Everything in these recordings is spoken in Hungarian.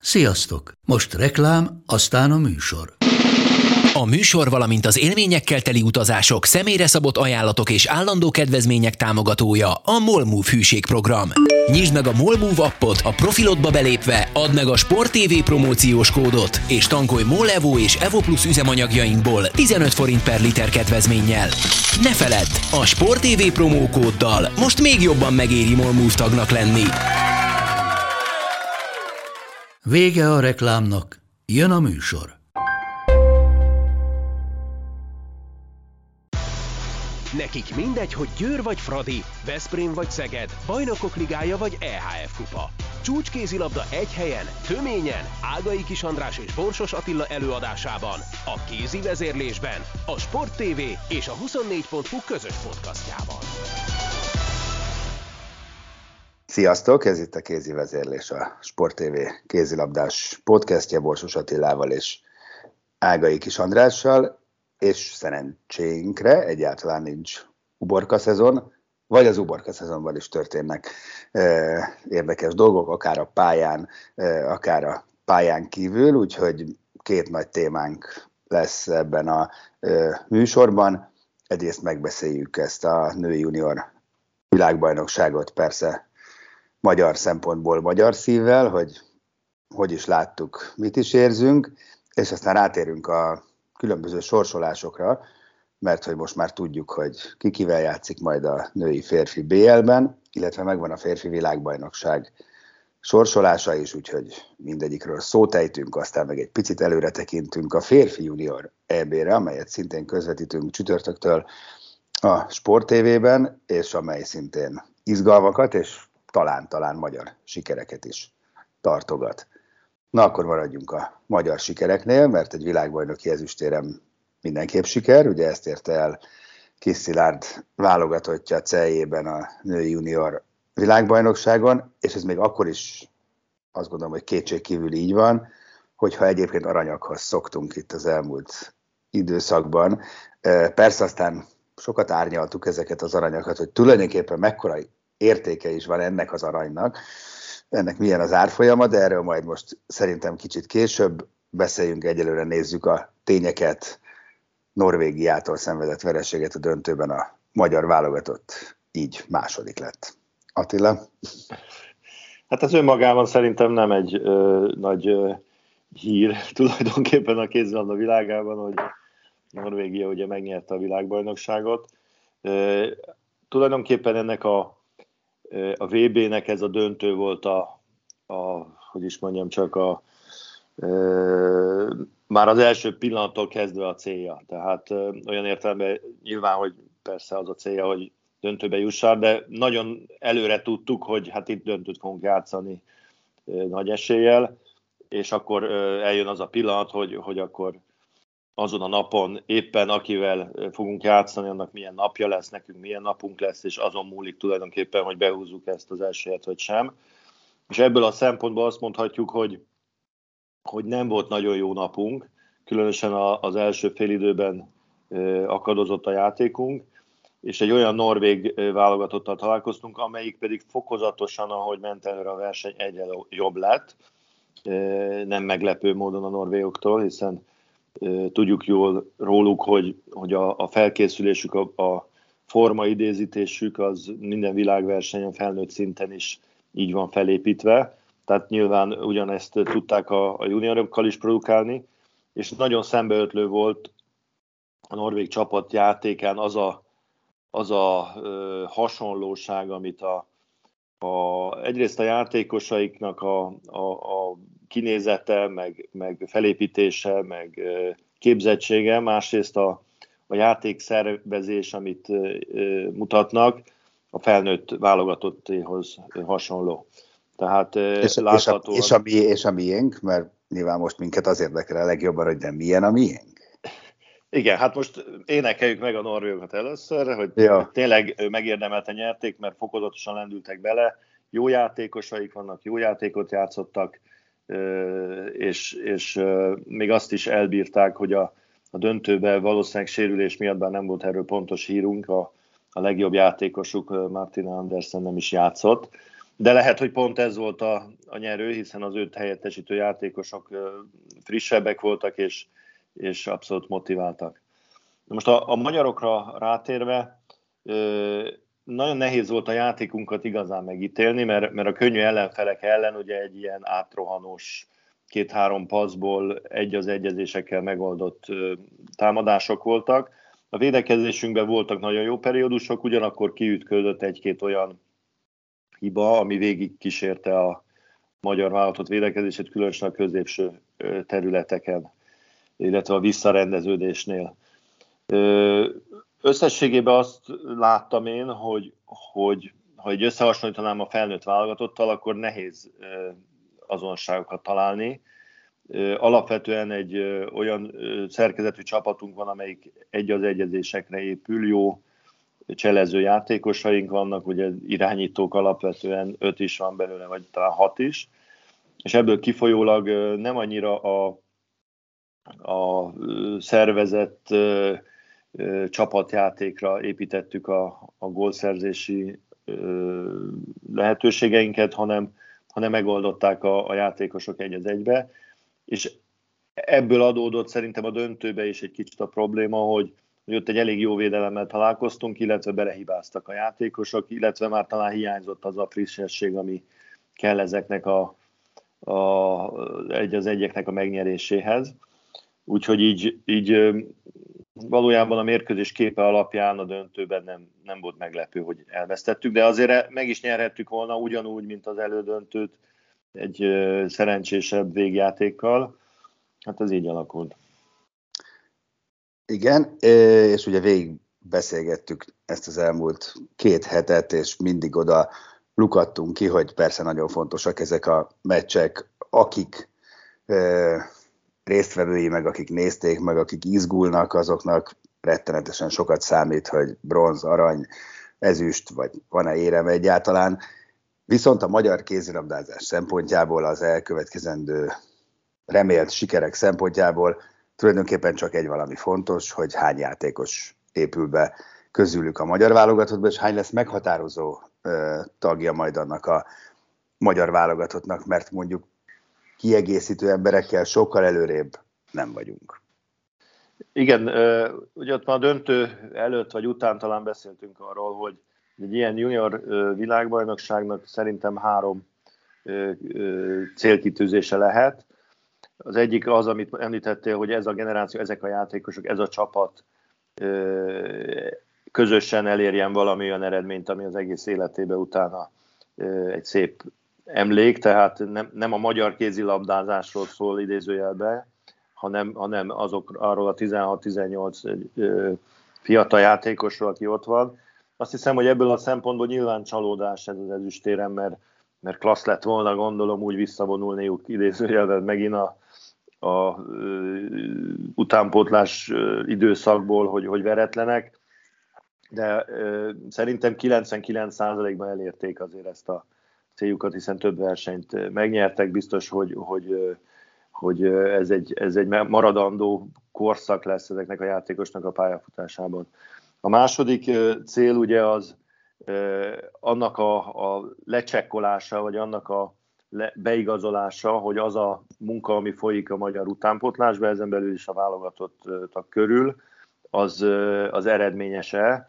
Sziasztok! Most reklám, aztán a műsor. A műsor, valamint az élményekkel teli utazások, személyre szabott ajánlatok és állandó kedvezmények támogatója a MOL Move hűségprogram. Nyisd meg a MOL Move appot, a profilodba belépve add meg a Sport TV promóciós kódot, és tankolj MOL Evo és Evo Plus üzemanyagjainkból 15 forint per liter kedvezménnyel. Ne feledd, a Sport TV promókóddal most még jobban megéri MOL Move tagnak lenni. Vége a reklámnak, jön a műsor. Nekik mindegy, hogy Győr vagy Fradi, Veszprém vagy Szeged, Bajnokok Ligája vagy EHF Kupa. Csúcskézilabda egy helyen, töményen, Ágai Kis András és Borsos Attila előadásában, a kézi vezérlésben, a Sport TV és a 24.hu közös podcastjában. Sziasztok, ez itt a kézi vezérlés, a Sport TV kézilabdás podcastje Borsos Attilával és Ágai Kis Andrással, és szerencsénkre egyáltalán nincs uborka szezon, vagy az uborka szezonban is történnek érdekes dolgok, akár a pályán, akár a pályán kívül, úgyhogy két nagy témánk lesz ebben a műsorban. Egyrészt megbeszéljük ezt a női junior világbajnokságot, persze magyar szempontból magyar szívvel, hogy is láttuk, mit is érzünk, és aztán rátérünk a különböző sorsolásokra, mert hogy most már tudjuk, hogy ki kivel játszik majd a női-férfi BL-ben, illetve megvan a férfi világbajnokság sorsolása is, úgyhogy mindegyikről szót ejtünk, aztán meg egy picit előre tekintünk a férfi junior EB-re, amelyet szintén közvetítünk csütörtöktől a Sport TV-ben, és amely szintén izgalmakat és talán magyar sikereket is tartogat. Na, akkor maradjunk a magyar sikereknél, mert egy világbajnoki ezüstérem mindenképp siker, ugye ezt érte el Kis Szilárd válogatottja Celjében a női junior világbajnokságon, és ez még akkor is azt gondolom, hogy kétségkívül így van, hogyha egyébként aranyakhoz szoktunk itt az elmúlt időszakban. Persze aztán sokat árnyaltuk ezeket az aranyakat, hogy tulajdonképpen mekkora értéke is van ennek az aranynak, ennek milyen az árfolyama, de erről majd most szerintem kicsit később beszéljünk, egyelőre nézzük a tényeket. Norvégiától szenvedett vereséget a döntőben a magyar válogatott így második lett. Attila? Hát ez önmagában szerintem nem egy nagy hír tulajdonképpen a kézilabda világában, hogy Norvégia ugye megnyerte a világbajnokságot. Tulajdonképpen ennek a VB-nek ez a döntő volt már az első pillanattól kezdve a célja. Tehát olyan értelemben nyilván, hogy persze az a célja, hogy döntőbe jussál, de nagyon előre tudtuk, hogy hát itt döntőt fogunk játszani nagy eséllyel, és akkor eljön az a pillanat, hogy akkor azon a napon éppen akivel fogunk játszani, annak milyen napja lesz, nekünk milyen napunk lesz, és azon múlik tulajdonképpen, hogy behúzzuk ezt az esélyet, vagy sem. És ebből a szempontból azt mondhatjuk, hogy nem volt nagyon jó napunk, különösen az első félidőben akadozott a játékunk, és egy olyan norvég válogatottal találkoztunk, amelyik pedig fokozatosan, ahogy ment előre a verseny, egyre jobb lett. Nem meglepő módon a norvégoktól, hiszen tudjuk jól róluk, hogy a felkészülésük, a forma idézítésük az minden világversenyen felnőtt szinten is így van felépítve. Tehát nyilván ugyanezt tudták a juniorokkal is produkálni, és nagyon szembeötlő volt a norvég csapat játékán az a hasonlóság, amit egyrészt a játékosaiknak a kinézete, meg felépítése, meg képzettsége, másrészt a játékszervezés, amit mutatnak, a felnőtt válogatottéhoz hasonló. Tehát láthatóan... És a miénk, mert nyilván most minket az érdekel a legjobban, hogy nem milyen a miénk. Igen, hát most énekeljük meg a norvégokat először, hogy tényleg megérdemelten nyerték, mert fokozatosan lendültek bele, jó játékosaik vannak, jó játékot játszottak, és még azt is elbírták, hogy a döntőben valószínűleg sérülés miatt, bár nem volt erről pontos hírunk, a legjobb játékosuk, Martina Andersen nem is játszott. De lehet, hogy pont ez volt a nyerő, hiszen az őt helyettesítő játékosok frissebbek voltak, és abszolút motiváltak. Most a magyarokra rátérve, nagyon nehéz volt a játékunkat igazán megítélni, mert a könnyű ellenfelek ellen ugye egy ilyen átrohanós 2-3 passzból egy egyezésekkel megoldott támadások voltak. A védekezésünkben voltak nagyon jó periódusok, ugyanakkor kiütközött egy-két olyan hiba, ami végig kísérte a magyar válogatott védekezését, különösen a középső területeken, illetve a visszarendeződésnél. Összességében azt láttam én, hogy ha így összehasonlítanám a felnőtt válogatottal, akkor nehéz azonosságokat találni. Alapvetően egy olyan szerkezetű csapatunk van, amelyik egy az egyezésekre épül, jó cselező játékosaink vannak, ugye irányítók alapvetően 5 is van belőle, vagy talán 6 is, és ebből kifolyólag nem annyira a szervezett csapatjátékra építettük a gólszerzési lehetőségeinket, hanem megoldották a játékosok egy az egybe, és ebből adódott szerintem a döntőbe is egy kicsit a probléma, hogy ott egy elég jó védelemmel találkoztunk, illetve belehibáztak a játékosok, illetve már talán hiányzott az a frissesség, ami kell ezeknek egy az egyeknek a megnyeréséhez. Úgyhogy így valójában a mérkőzés képe alapján a döntőben nem volt meglepő, hogy elvesztettük, de azért meg is nyerhettük volna ugyanúgy, mint az elődöntőt egy szerencsésebb végjátékkal. Hát ez így alakult. Igen, és ugye végig beszélgettük ezt az elmúlt 2 hetet, és mindig oda lukadtunk ki, hogy persze nagyon fontosak ezek a meccsek, akik résztvevői, meg akik nézték, meg akik izgulnak, azoknak rettenetesen sokat számít, hogy bronz, arany, ezüst, vagy van-e érem egyáltalán. Viszont a magyar kézilabdázás szempontjából, az elkövetkezendő remélt sikerek szempontjából tulajdonképpen csak egy valami fontos, hogy hány játékos épül be közülük a magyar válogatottba, és hány lesz meghatározó tagja majd annak a magyar válogatottnak, mert mondjuk kiegészítő emberekkel sokkal előrébb nem vagyunk. Igen, ugye ott már a döntő előtt vagy után talán beszéltünk arról, hogy egy ilyen junior világbajnokságnak szerintem 3 célkitűzése lehet. Az egyik az, amit említettél, hogy ez a generáció, ezek a játékosok, ez a csapat közösen elérjen valami olyan eredményt, ami az egész életében utána egy szép emlék, tehát nem a magyar kézilabdázásról szól idézőjelben, hanem arról a 16-18 fiatal játékosról, aki ott van. Azt hiszem, hogy ebből a szempontból nyilván csalódás ez az ezüstérem, mert klassz lett volna, gondolom, úgy visszavonulniuk idézőjelben megint a utánpótlás időszakból, hogy veretlenek, de szerintem 99%-ban elérték azért ezt a céljukat, hiszen több versenyt megnyertek, biztos, hogy ez egy maradandó korszak lesz ezeknek a játékosnak a pályafutásában. A második cél ugye az annak a lecsekkolása, vagy annak a beigazolása, hogy az a munka, ami folyik a magyar utánpótlásban, ezen belül is a válogatottak körül, az eredményese.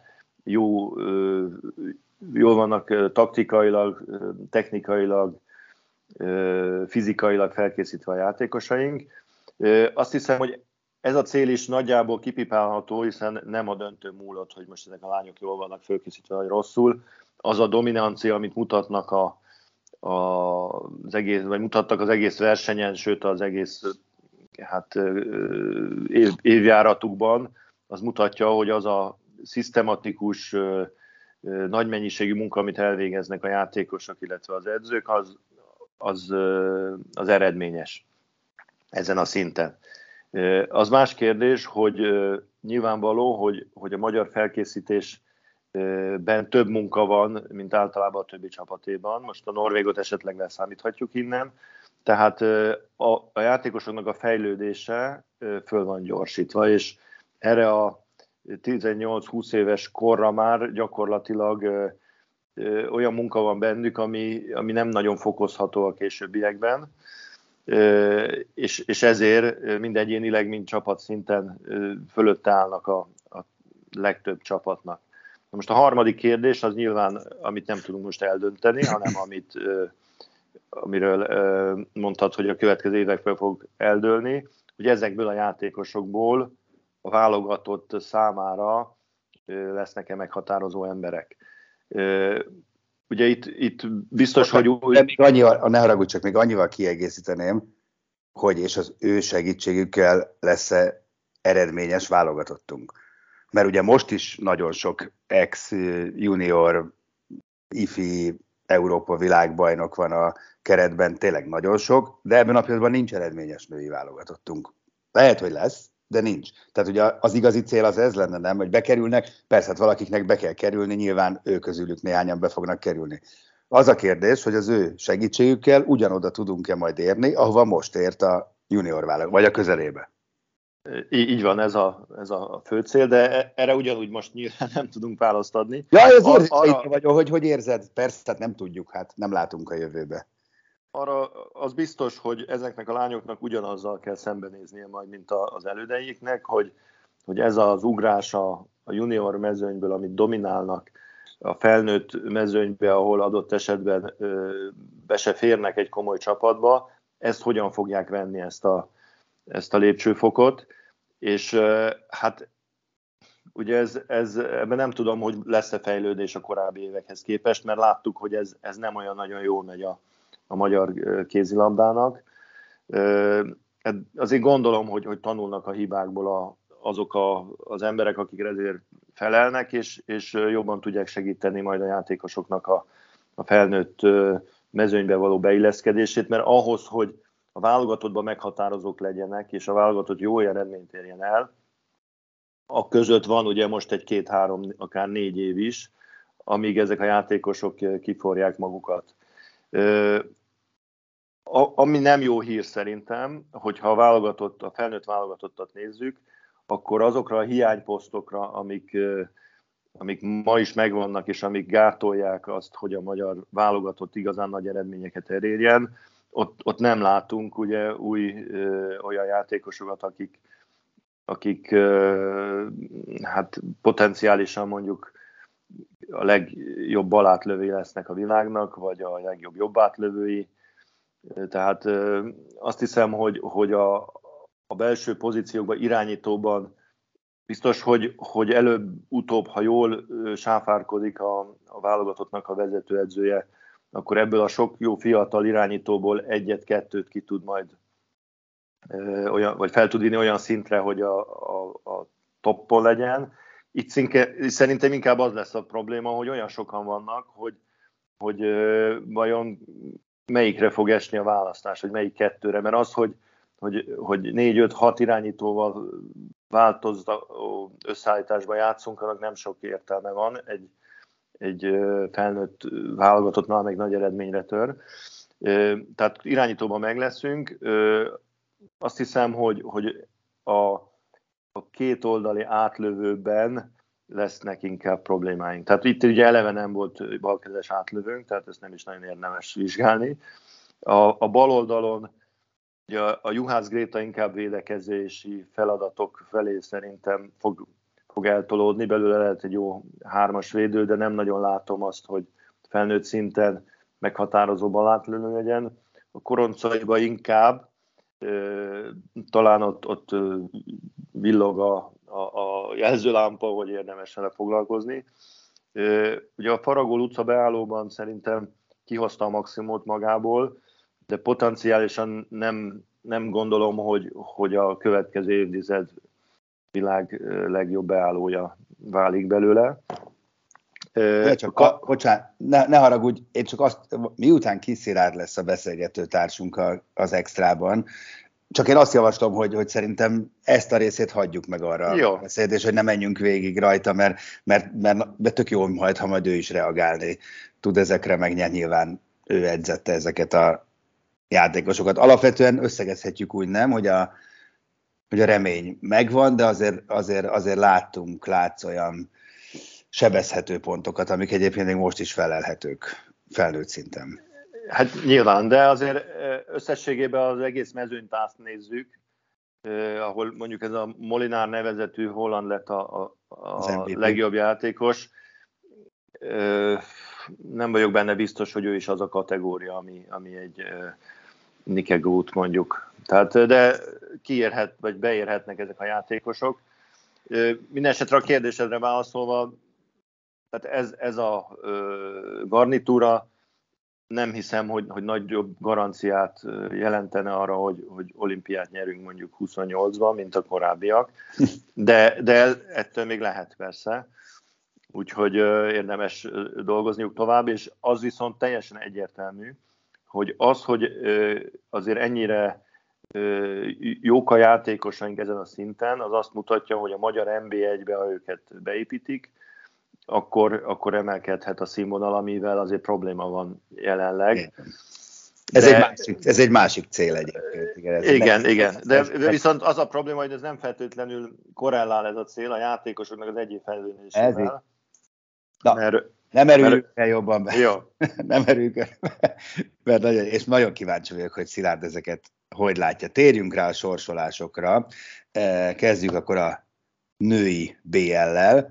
Jól vannak taktikailag, technikailag, fizikailag felkészítve a játékosaink. Azt hiszem, hogy ez a cél is nagyjából kipipálható, hiszen nem a döntő múlott, hogy most ezek a lányok jól vannak felkészítve, vagy rosszul. Az a dominancia, amit mutatnak az egész, vagy mutattak az egész versenyen, sőt az egész évjáratukban, az mutatja, hogy az a szisztematikus, nagy mennyiségű munka, amit elvégeznek a játékosok, illetve az edzők, az eredményes ezen a szinten. Az más kérdés, hogy nyilvánvaló, hogy a magyar felkészítésben több munka van, mint általában a többi csapatéban. Most a norvégot esetleg leszámíthatjuk innen. Tehát a játékosoknak a fejlődése föl van gyorsítva, és erre a 18-20 éves korra már gyakorlatilag olyan munka van bennük, ami nem nagyon fokozható a későbbiekben, és ezért mind egyénileg, mind csapatszinten fölötte állnak a legtöbb csapatnak. Most a harmadik kérdés az nyilván, amit nem tudunk most eldönteni, hanem amiről mondtad, hogy a következő években fog eldőlni, hogy ezekből a játékosokból a válogatott számára lesznek-e meghatározó emberek. Ugye itt biztos, hogy még annyival, ne haragudj, csak még annyival kiegészíteném, hogy és az ő segítségükkel lesz-e eredményes válogatottunk. Mert ugye most is nagyon sok ex-junior, ifi, Európa világbajnok van a keretben, tényleg nagyon sok, de ebben a pillanatban nincs eredményes női válogatottunk. Lehet, hogy lesz, de nincs. Tehát ugye az igazi cél az ez lenne, nem? Hogy bekerülnek, persze hát valakiknek be kell kerülni, nyilván ők közülük néhányan be fognak kerülni. Az a kérdés, hogy az ő segítségükkel ugyanoda tudunk-e majd érni, ahova most ért a junior válogatott, vagy a közelébe. Így van, ez a fő cél, de erre ugyanúgy most nyilván nem tudunk választ adni. Ja, ez érzéseid hogy érzed? Persze, tehát nem tudjuk, hát nem látunk a jövőbe. Arra az biztos, hogy ezeknek a lányoknak ugyanazzal kell szembenéznie majd, mint az elődeiknek, hogy ez az ugrás a junior mezőnyből, amit dominálnak, a felnőtt mezőnybe, ahol adott esetben be se férnek egy komoly csapatba, ezt hogyan fogják venni ezt a lépcsőfokot, és hát ugye ebben nem tudom, hogy lesz-e fejlődés a korábbi évekhez képest, mert láttuk, hogy ez nem olyan nagyon jól megy a magyar kézilabdának. Azért gondolom, hogy tanulnak a hibákból azok az emberek, akik ezért felelnek, és jobban tudják segíteni majd a játékosoknak a felnőtt mezőnybe való beilleszkedését, mert ahhoz, hogy a válogatottban meghatározók legyenek, és a válogatott jó eredményt érjen el, a között van ugye most egy 2-3, akár 4 év is, amíg ezek a játékosok kiforják magukat. Ami nem jó hír szerintem, hogyha a felnőtt válogatottat nézzük, akkor azokra a hiányposztokra, amik ma is megvannak, és amik gátolják azt, hogy a magyar válogatott igazán nagy eredményeket elérjen, ott nem látunk ugye olyan játékosokat, akik hát potenciálisan mondjuk a legjobb balátlövői lesznek a világnak, vagy a legjobb jobbátlövői. Tehát azt hiszem, hogy a belső pozíciókban, irányítóban biztos, hogy előbb-utóbb, ha jól sáfárkodik a válogatottnak a vezetőedzője, akkor ebből a sok jó fiatal irányítóból egyet-kettőt ki tud majd vagy fel tud vinni olyan szintre, hogy a toppon legyen. Itt szerintem inkább az lesz a probléma, hogy olyan sokan vannak, hogy vajon melyikre fog esni a választás, vagy melyik kettőre, mert az, hogy 4-5-6 irányítóval változó összeállításban játszunk, annak nem sok értelme van, egy felnőtt válogatottnál meg nagy eredményre tör. Tehát irányítóban meg leszünk. Azt hiszem, hogy a két oldali átlövőben lesznek inkább problémáink. Tehát itt ugye eleve nem volt balkezes átlövőnk, tehát ezt nem is nagyon érdemes vizsgálni. A bal oldalon ugye a Juhász Gréta inkább védekezési feladatok felé szerintem fog eltolódni, belőle lehet egy jó 3-as védő, de nem nagyon látom azt, hogy felnőtt szinten meghatározó balátlövő legyen. A Koroncaiba inkább, talán ott villog a jelzőlámpa, hogy érdemes vele foglalkozni. Ugye a Faragó utca beállóban szerintem kihozta a maximumot magából, de potenciálisan nem gondolom, hogy a következő évtized világ legjobb beállója válik belőle. Bocsánat, ne haragudj, én csak azt, miután Kiszilárd lesz a beszélgető társunk az extrában, csak én azt javaslom, hogy szerintem ezt a részét hagyjuk meg arra a beszéd, és hogy ne menjünk végig rajta, mert tök jó majd, ha majd ő is reagálni tud ezekre, meg nyilván ő edzette ezeket a játékosokat. Alapvetően összegezhetjük úgy, nem, hogy a remény megvan, de azért látsz olyan sebezhető pontokat, amik egyébként még most is felelhetők felnőtt szinten. Hát nyilván, de azért összességében az egész mezőnyt azt nézzük, ahol mondjuk ez a Molinár nevezetű holland lett a legjobb játékos. Nem vagyok benne biztos, hogy ő is az a kategória, ami egy Nikegout mondjuk. Tehát, de kiérhet, vagy beérhetnek ezek a játékosok. Mindenesetre a kérdésedre válaszolva, tehát ez a garnitúra nem hiszem, hogy nagyobb garanciát jelentene arra, hogy olimpiát nyerünk mondjuk 28-ban, mint a korábbiak, de ettől még lehet persze. Úgyhogy érdemes dolgozniuk tovább, és az viszont teljesen egyértelmű, hogy azért ennyire jók a játékosaink ezen a szinten, az azt mutatja, hogy a magyar NB1-be, ha őket beépítik, akkor emelkedhet a színvonal, amivel azért probléma van jelenleg. Ez egy másik cél egyébként. Igen. De viszont az a probléma, hogy ez nem feltétlenül korrelál ez a cél a játékosoknak az egyéb fejlődésével. Nem erőljük el jobban be. Jó. Nem erőljük el. És nagyon kíváncsi vagyok, hogy Szilárd ezeket hogy látja. Térjünk rá a sorsolásokra. Kezdjük akkor a női BL-lel.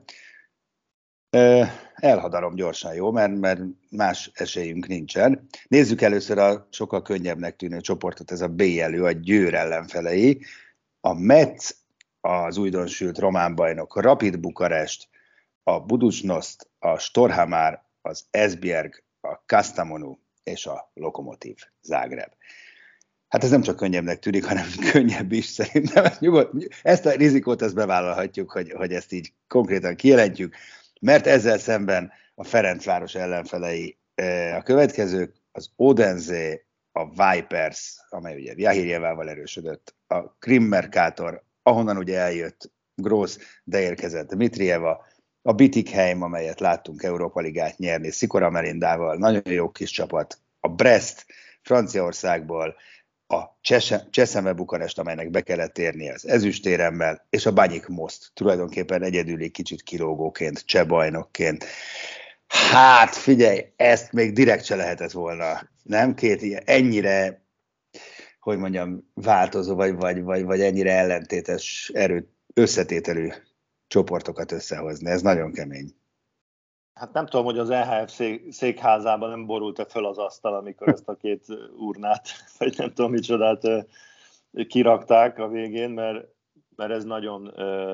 Elhadarom gyorsan, jó? Mert más esélyünk nincsen. Nézzük először a sokkal könnyebbnek tűnő csoportot, ez a BL, a Győr ellenfelei. A Metz, az újdonsült román bajnok, a Rapid Bukarest, a Budućnost, a Storhamar, az Esbjerg, a Kastamonu és a Lokomotív Zágráb. Hát ez nem csak könnyebbnek tűnik, hanem könnyebb is szerintem. Ezt a rizikót bevállalhatjuk, hogy ezt így konkrétan kijelentjük, mert ezzel szemben a Ferencváros ellenfelei a következők, az Odense, a Vipers, amely ugye Jahirjevával erősödött, a Krim Mercator, ahonnan ugye eljött Gross, de érkezett Dmitrieva, a Bietigheim, amelyet láttunk Európa Ligát nyerni, Sikora Merindával, nagyon jó kis csapat, a Brest, Franciaországból, a Cseszeme Bukarest, amelynek be kellett érnie az ezüstéremmel, és a Baník Most, tulajdonképpen egyedüli kicsit kilógóként, cseh bajnokként. Hát figyelj, ezt még direkt se lehetett volna, nem? Két ilyen ennyire, hogy mondjam, változó, vagy ennyire ellentétes összetételű csoportokat összehozni. Ez nagyon kemény. Hát nem tudom, hogy az EHF székházában nem borult-e föl az asztal, amikor ezt a két urnát, vagy nem tudom micsodát kirakták a végén, mert ez nagyon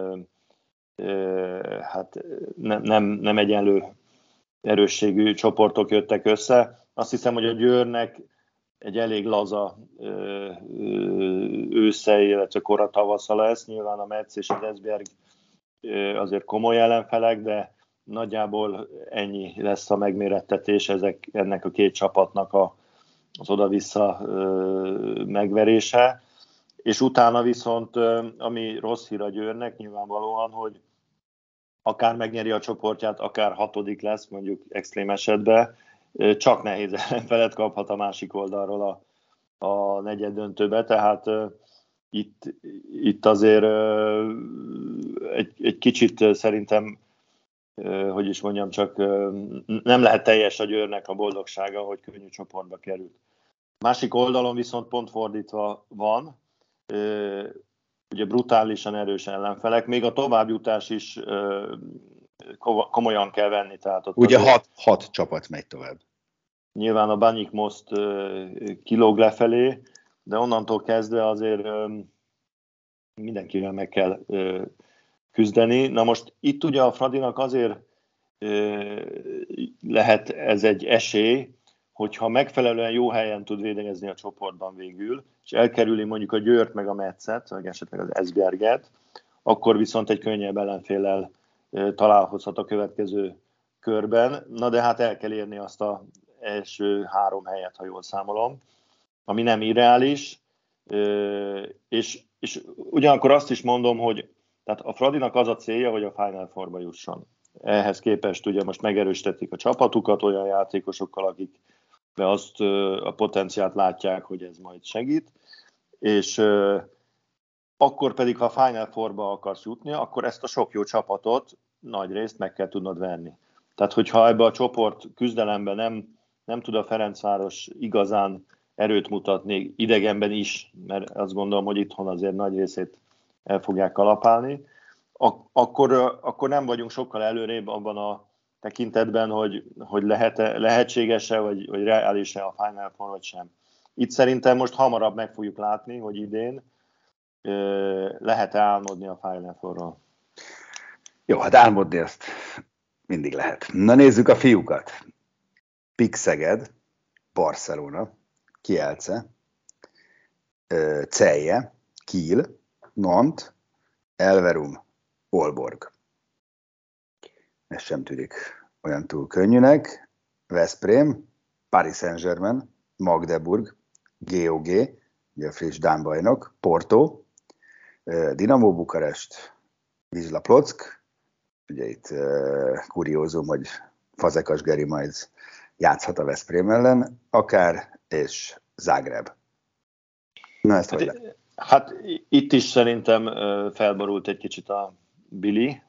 nem egyenlő erősségű csoportok jöttek össze. Azt hiszem, hogy a Győrnek egy elég laza ősze, illetve kora tavasza lesz. Nyilván a Metz és az Esbjerg azért komoly ellenfelek, de nagyjából ennyi lesz a megmérettetés ennek a két csapatnak az oda-vissza megverése. És utána viszont, ami rossz hír a Győrnek nyilvánvalóan, hogy akár megnyeri a csoportját, akár 6. lesz, mondjuk extrém esetben, csak nehéz ellenfelet kaphat a másik oldalról a negyeddöntőbe, tehát itt azért egy kicsit szerintem, hogy is mondjam, csak nem lehet teljes a Győrnek a boldogsága, hogy könnyű csoportba került. Másik oldalon viszont pont fordítva van, ugye brutálisan erős ellenfelek, még a továbbjutás is komolyan kell venni. Tehát ott ugye 6 csapat megy tovább. Nyilván a Baník Most kilóg lefelé, de onnantól kezdve azért mindenkivel meg kell küzdeni. Na most itt ugye a Fradinak azért lehet ez egy esély, hogyha megfelelően jó helyen tud védekezni a csoportban végül, és elkerüli mondjuk a Győrt meg a Metzet, vagy esetleg az Esbjerget, akkor viszont egy könnyebb ellenféllel találkozhat a következő körben. Na de hát el kell érni azt az első 3 helyet, ha jól számolom, ami nem irreális, és ugyanakkor azt is mondom, hogy tehát a Fradinak az a célja, hogy a Final Fourba jusson. Ehhez képest ugye most megerősítették a csapatukat olyan játékosokkal, akik be azt a potenciált látják, hogy ez majd segít, és akkor pedig, ha a Final Fourba akarsz jutni, akkor ezt a sok jó csapatot nagy részt meg kell tudnod verni. Tehát, hogyha ebbe a csoport küzdelemben nem tud a Ferencváros igazán erőt mutatni, idegenben is, mert azt gondolom, hogy itthon azért nagy részét el fogják kalapálni, akkor nem vagyunk sokkal előrébb abban a tekintetben, hogy lehetséges-e, vagy reális-e a Final Four, vagy sem. Itt szerintem most hamarabb meg fogjuk látni, hogy idén lehet-e álmodni a Final Fourról. Jó, hát álmodni azt mindig lehet. Na nézzük a fiúkat. PIK Szeged, Barcelona, Kielce, Celje, Kiel, Nantes, Elverum, Aalborg. Ez sem tűnik olyan túl könnyűnek. Veszprém, Paris Saint-Germain, Magdeburg, GOG, ugye a friss dán bajnok, Porto, Dinamo Bukarest, Wisla Plock, ugye itt kuriózum, hogy Fazekas Geri majd játszhat a Veszprém ellen, akár, és Zágráb. Na ezt hogy lehet? Hát itt is szerintem felborult egy kicsit a Billy,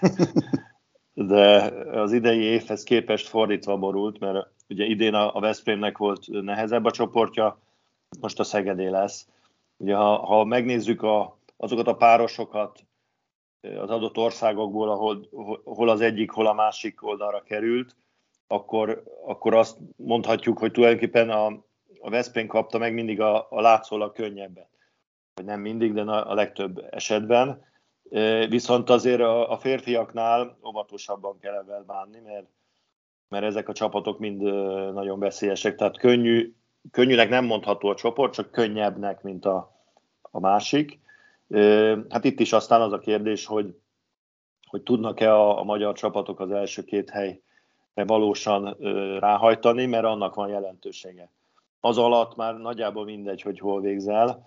de az idei évhez képest fordítva borult, mert ugye idén a Veszprémnek volt nehezebb a csoportja, most a Szegedé lesz. Ugye ha megnézzük azokat a párosokat az adott országokból, hol az egyik, hol a másik oldalra került, akkor azt mondhatjuk, hogy tulajdonképpen a Veszprém kapta meg mindig a látszólag könnyebbet. Vagy nem mindig, de a legtöbb esetben. Viszont azért a férfiaknál óvatosabban kell ebben bánni, mert ezek a csapatok mind nagyon veszélyesek. Tehát könnyűnek nem mondható a csoport, csak könnyebbnek, mint a másik. Hát itt is aztán az a kérdés, hogy tudnak-e a magyar csapatok az első két helyre valósan ráhajtani, mert annak van jelentősége. Az alatt már nagyjából mindegy, hogy hol végzel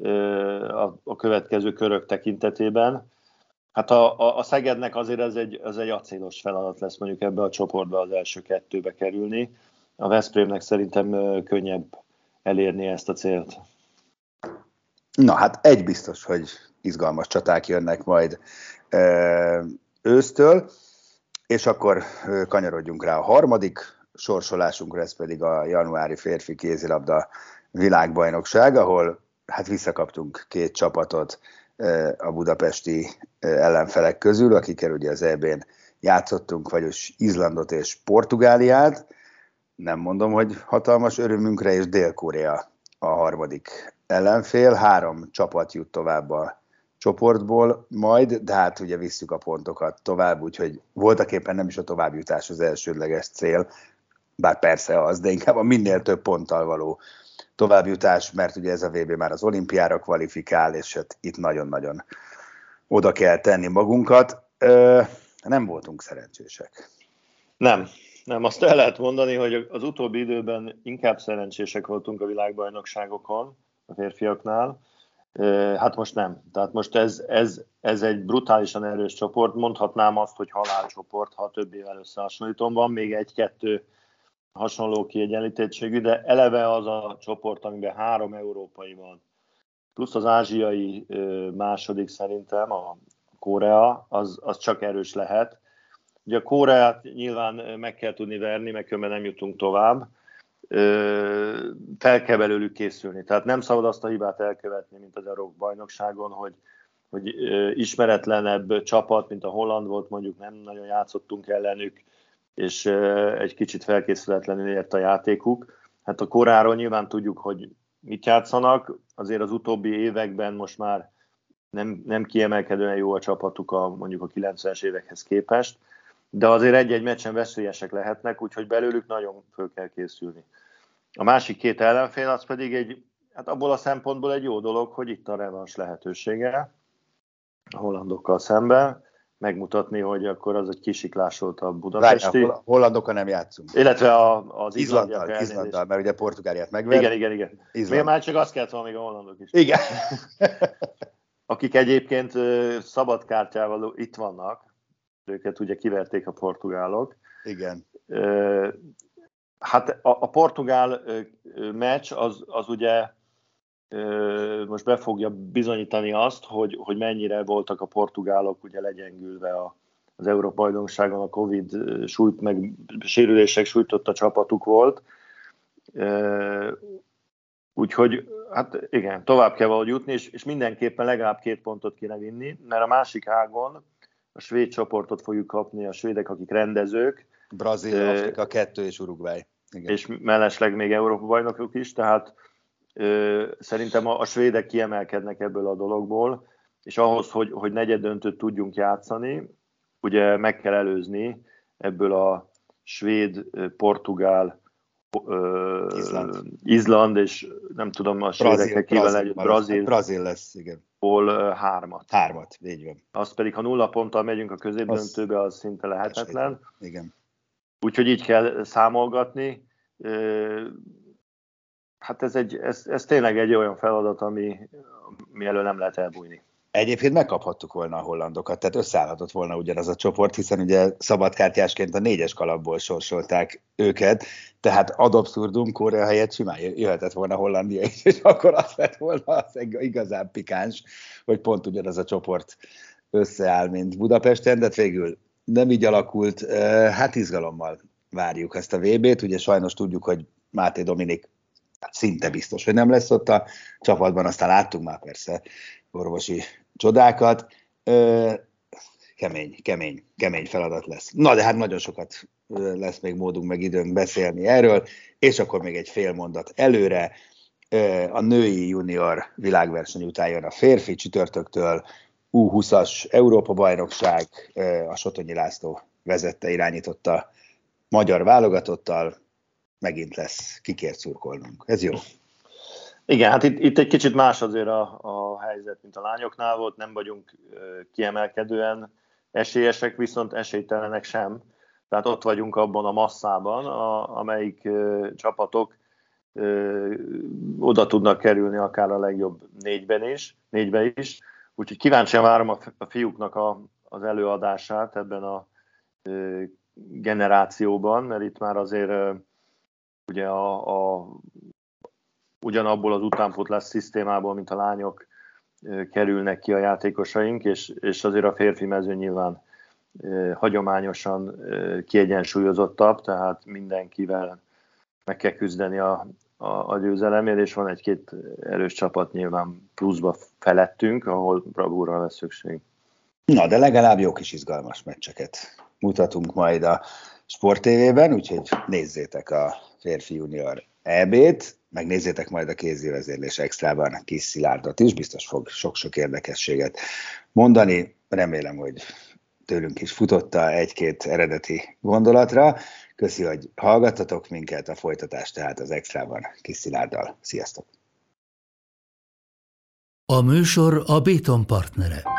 a következő körök tekintetében. Hát a Szegednek azért ez egy acélos feladat lesz mondjuk ebbe a csoportba az első kettőbe kerülni. A Veszprémnek szerintem könnyebb elérni ezt a célt. Na hát egy biztos, hogy izgalmas csaták jönnek majd ősztől, és akkor kanyarodjunk rá a harmadik sorsolásunkra, ez pedig a januári férfi kézilabda világbajnokság, ahol hát visszakaptunk két csapatot a budapesti ellenfelek közül, akikkel ugye az EB-n játszottunk, vagyis Izlandot és Portugáliát. Nem mondom, hogy hatalmas örömünkre, és Dél-Korea a harmadik ellenfél. 3 csapat jut tovább a csoportból majd, de hát ugye visszük a pontokat tovább, úgyhogy voltaképpen nem is a továbbjutás az elsődleges cél, bár persze az, de inkább a minél több ponttal való továbbjutás, mert ugye ez a VB már az olimpiára kvalifikál, és hát itt nagyon-nagyon oda kell tenni magunkat. Nem voltunk szerencsések. Nem, azt el lehet mondani, hogy az utóbbi időben inkább szerencsések voltunk a világbajnokságokon, a férfiaknál. Hát most nem. Tehát most ez egy brutálisan erős csoport. Mondhatnám azt, hogy halálcsoport, ha többével összehasonlítom. Van még 1-2 hasonló kiegyenlítettségű, de eleve az a csoport, amiben 3 európai van. Plusz az ázsiai második szerintem, a Korea, az csak erős lehet. Ugye a Koreát nyilván meg kell tudni verni, mert különben nem jutunk tovább. Fel kell belőlük készülni. Tehát nem szabad azt a hibát elkövetni, mint az Európa-bajnokságon, hogy ismeretlenebb csapat, mint a holland volt, mondjuk nem nagyon játszottunk ellenük, és egy kicsit felkészületlenül ért a játékuk. Hát a Koreáról nyilván tudjuk, hogy mit játszanak, azért az utóbbi években most már nem kiemelkedően jó a csapatuk mondjuk a 90-es évekhez képest, de azért egy-egy meccsen veszélyesek lehetnek, úgyhogy belőlük nagyon föl kell készülni. A másik 2 ellenfél az pedig hát abból a szempontból egy jó dolog, hogy itt a revans lehetősége a hollandokkal szemben, megmutatni, hogy akkor az egy kisiklás volt a budapesti. A hollandokkal nem játszunk. Illetve az Izlanddal, mert ugye Portugáliát megver. Igen. Még már csak azt kellett volna még a hollandok is. Igen. Akik egyébként szabad kártyával itt vannak, őket ugye kiverték a portugálok. Igen. Hát a portugál meccs az ugye most be fogja bizonyítani azt, hogy mennyire voltak a portugálok ugye legyengülve az az Európa-bajnokságon a Covid sújt, meg sérülések sújtotta csapatuk volt. Úgyhogy hát igen, tovább kell valahogy jutni, és mindenképpen legalább 2 pontot kéne vinni, mert a másik ágon a svéd csoportot fogjuk kapni, a svédek, akik rendezők. Brazil, Afrika 2 és Uruguay. Igen. És mellesleg még Európa-bajnokok is, tehát szerintem a svédek kiemelkednek ebből a dologból, és ahhoz, hogy negyeddöntőt tudjunk játszani, ugye meg kell előzni ebből a svéd, portugál, Izland, és nem tudom, a svédekkel kivel együtt, Brazil lesz, igen. 3-at. 3-at, így van. Azt pedig, ha 0 ponttal megyünk a középdöntőbe, az szinte lehetetlen. Igen. Úgyhogy így kell számolgatni. Hát ez tényleg egy olyan feladat, ami elől nem lehet elbújni. Egyébként megkaphattuk volna a hollandokat, tehát összeállhatott volna ugyanaz a csoport, hiszen ugye szabadkártyásként a 4-es kalapból sorsolták őket, tehát ad abszurdum, Korea helyett simán jöhetett volna Hollandia is, és akkor az lett volna az igazán pikáns, hogy pont ugyanaz a csoport összeáll, mint Budapesten, de végül nem így alakult. Hát izgalommal várjuk ezt a VB-t, ugye sajnos tudjuk, hogy Máté Dominik szinte biztos, hogy nem lesz ott a csapatban, aztán láttunk már persze orvosi csodákat. Kemény feladat lesz. Na, de hát nagyon sokat lesz még módunk meg időnk beszélni erről, és akkor még egy fél mondat előre. A női junior világverseny után jön a férfi csütörtöktől, U20-as Európa-bajnokság, a Sotonyi László vezette, irányította magyar válogatottal, megint lesz kikért szurkolnunk. Ez jó. Igen, hát itt egy kicsit más azért a helyzet, mint a lányoknál volt, nem vagyunk kiemelkedően esélyesek, viszont esélytelenek sem. Tehát ott vagyunk abban a masszában, amelyik csapatok oda tudnak kerülni akár a legjobb négybe is. Úgyhogy kíváncsian várom a fiúknak az előadását ebben a generációban, mert itt már azért ugye ugyanabból az utánpótlás szisztémából, mint a lányok kerülnek ki a játékosaink, és azért a férfi mezőny nyilván hagyományosan kiegyensúlyozottabb, tehát mindenkivel meg kell küzdeni a győzelemért, és van egy-két erős csapat nyilván pluszba felettünk, ahol bravúrra lesz szükség. Na, de legalább jó kis izgalmas meccseket mutatunk majd a Sport TV-ben, úgyhogy nézzétek a férfi junior EB-t, megnézzétek majd a kézivezérlés extrában Kis Szilárdot is, biztos fog sok-sok érdekességet mondani. Remélem, hogy tőlünk is futotta egy-két eredeti gondolatra. Köszi, hogy hallgattatok minket, a folytatás tehát az extrában Kis Szilárddal. Sziasztok! A műsor a Béton partnere.